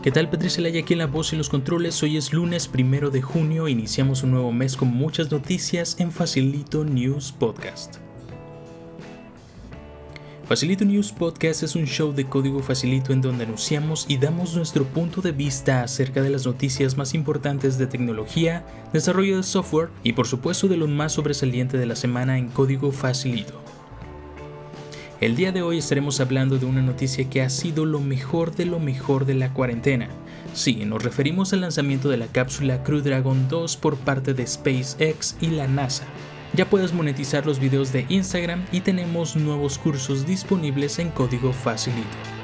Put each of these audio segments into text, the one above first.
¿Qué tal? Patricia Laya aquí en la voz y los controles. Hoy es lunes 1 de junio, iniciamos un nuevo mes con muchas noticias en Facilito News Podcast. Facilito News Podcast es un show de código facilito en donde anunciamos y damos nuestro punto de vista acerca de las noticias más importantes de tecnología, desarrollo de software y por supuesto de lo más sobresaliente de la semana en código facilito. El día de hoy estaremos hablando de una noticia que ha sido lo mejor de la cuarentena. Sí, nos referimos al lanzamiento de la cápsula Crew Dragon 2 por parte de SpaceX y la NASA. Ya puedes monetizar los videos de Instagram y tenemos nuevos cursos disponibles en código facilito.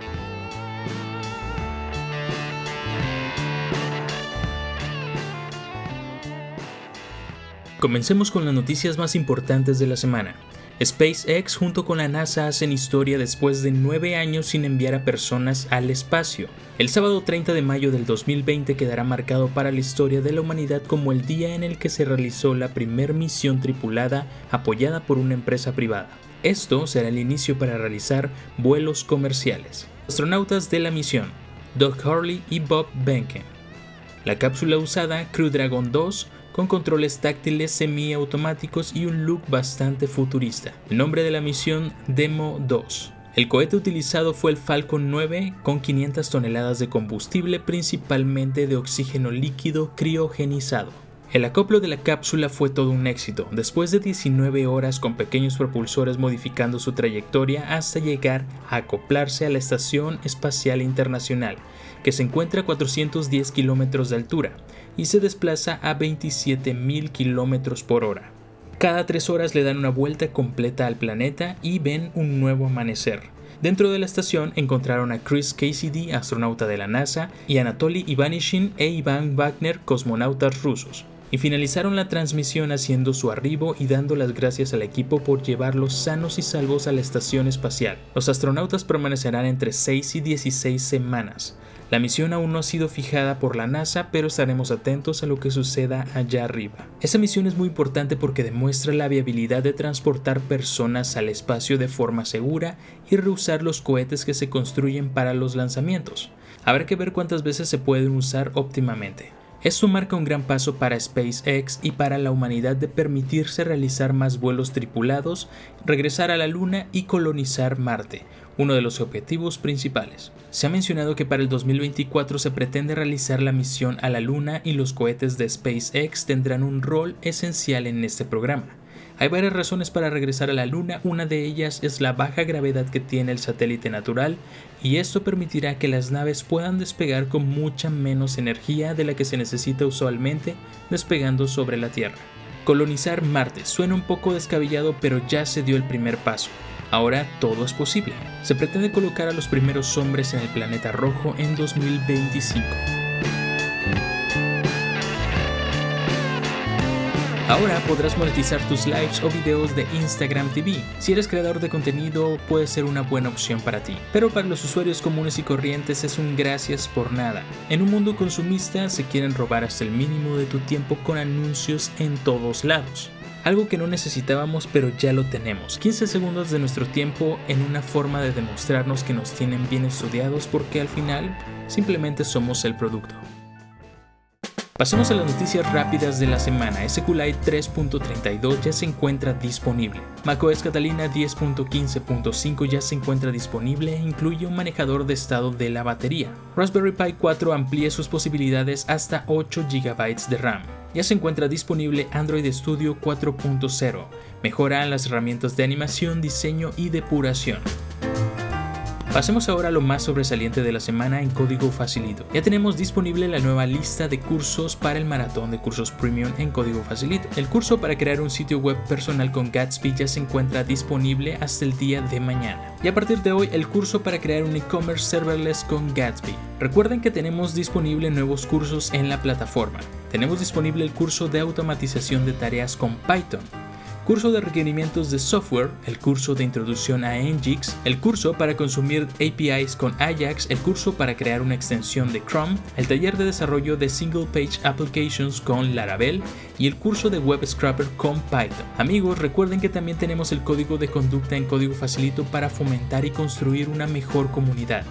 Comencemos con las noticias más importantes de la semana. SpaceX junto con la NASA hacen historia después de 9 años sin enviar a personas al espacio. El sábado 30 de mayo del 2020 quedará marcado para la historia de la humanidad como el día en el que se realizó la primera misión tripulada apoyada por una empresa privada. Esto será el inicio para realizar vuelos comerciales. Astronautas de la misión: Doug Hurley y Bob Behnken. La cápsula usada, Crew Dragon 2, con controles táctiles semiautomáticos y un look bastante futurista. El nombre de la misión, Demo 2. El cohete utilizado fue el Falcon 9 con 500 toneladas de combustible, principalmente de oxígeno líquido criogenizado. El acoplo de la cápsula fue todo un éxito, después de 19 horas con pequeños propulsores modificando su trayectoria hasta llegar a acoplarse a la Estación Espacial Internacional, que se encuentra a 410 kilómetros de altura y se desplaza a 27.000 kilómetros por hora. Cada 3 horas le dan una vuelta completa al planeta y ven un nuevo amanecer. Dentro de la estación encontraron a Chris Cassidy, astronauta de la NASA, y Anatoly Ivanishin e Ivan Wagner, cosmonautas rusos. Y finalizaron la transmisión haciendo su arribo y dando las gracias al equipo por llevarlos sanos y salvos a la estación espacial. Los astronautas permanecerán entre 6 y 16 semanas. La misión aún no ha sido fijada por la NASA, pero estaremos atentos a lo que suceda allá arriba. Esa misión es muy importante porque demuestra la viabilidad de transportar personas al espacio de forma segura y reusar los cohetes que se construyen para los lanzamientos. Habrá que ver cuántas veces se pueden usar óptimamente. Esto marca un gran paso para SpaceX y para la humanidad de permitirse realizar más vuelos tripulados, regresar a la Luna y colonizar Marte, uno de los objetivos principales. Se ha mencionado que para el 2024 se pretende realizar la misión a la Luna y los cohetes de SpaceX tendrán un rol esencial en este programa. Hay varias razones para regresar a la Luna, una de ellas es la baja gravedad que tiene el satélite natural y esto permitirá que las naves puedan despegar con mucha menos energía de la que se necesita usualmente despegando sobre la Tierra. Colonizar Marte suena un poco descabellado, pero ya se dio el primer paso. Ahora todo es posible. Se pretende colocar a los primeros hombres en el planeta rojo en 2025. Ahora podrás monetizar tus lives o videos de Instagram TV. Si eres creador de contenido, puede ser una buena opción para ti. Pero para los usuarios comunes y corrientes es un gracias por nada. En un mundo consumista se quieren robar hasta el mínimo de tu tiempo con anuncios en todos lados. Algo que no necesitábamos, pero ya lo tenemos. 15 segundos de nuestro tiempo en una forma de demostrarnos que nos tienen bien estudiados porque al final simplemente somos el producto. Pasemos a las noticias rápidas de la semana. SQLite 3.32 ya se encuentra disponible. macOS Catalina 10.15.5 ya se encuentra disponible e incluye un manejador de estado de la batería. Raspberry Pi 4 amplía sus posibilidades hasta 8 GB de RAM. Ya se encuentra disponible Android Studio 4.0. Mejoran las herramientas de animación, diseño y depuración. Pasemos ahora a lo más sobresaliente de la semana en código facilito. Ya tenemos disponible la nueva lista de cursos para el maratón de cursos premium en código facilito. El curso para crear un sitio web personal con Gatsby ya se encuentra disponible hasta el día de mañana. Y a partir de hoy el curso para crear un e-commerce serverless con Gatsby. Recuerden que tenemos disponible nuevos cursos en la plataforma. Tenemos disponible el curso de automatización de tareas con Python, curso de requerimientos de software, el curso de introducción a Nginx, el curso para consumir APIs con Ajax, el curso para crear una extensión de Chrome, el taller de desarrollo de Single Page Applications con Laravel y el curso de Web Scrapper con Python. Amigos, recuerden que también tenemos el código de conducta en código facilito para fomentar y construir una mejor comunidad.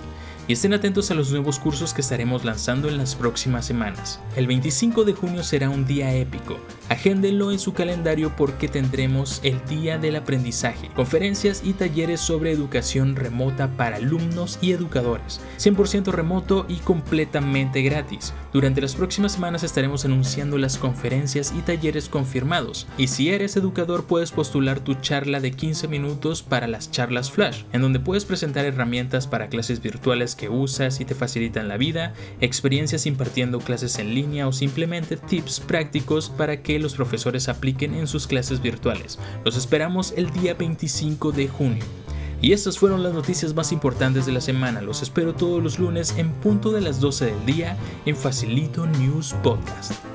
y estén atentos a los nuevos cursos que estaremos lanzando en las próximas semanas. El 25 de junio será un día épico. Agéndenlo en su calendario porque tendremos el Día del Aprendizaje, conferencias y talleres sobre educación remota para alumnos y educadores, 100% remoto y completamente gratis. Durante las próximas semanas estaremos anunciando las conferencias y talleres confirmados, y si eres educador puedes postular tu charla de 15 minutos para las charlas Flash, en donde puedes presentar herramientas para clases virtuales que usas y te facilitan la vida, experiencias impartiendo clases en línea o simplemente tips prácticos para que los profesores apliquen en sus clases virtuales. Los esperamos el día 25 de junio. Y estas fueron las noticias más importantes de la semana. Los espero todos los lunes en punto de las 12 del día en Facilito News Podcast.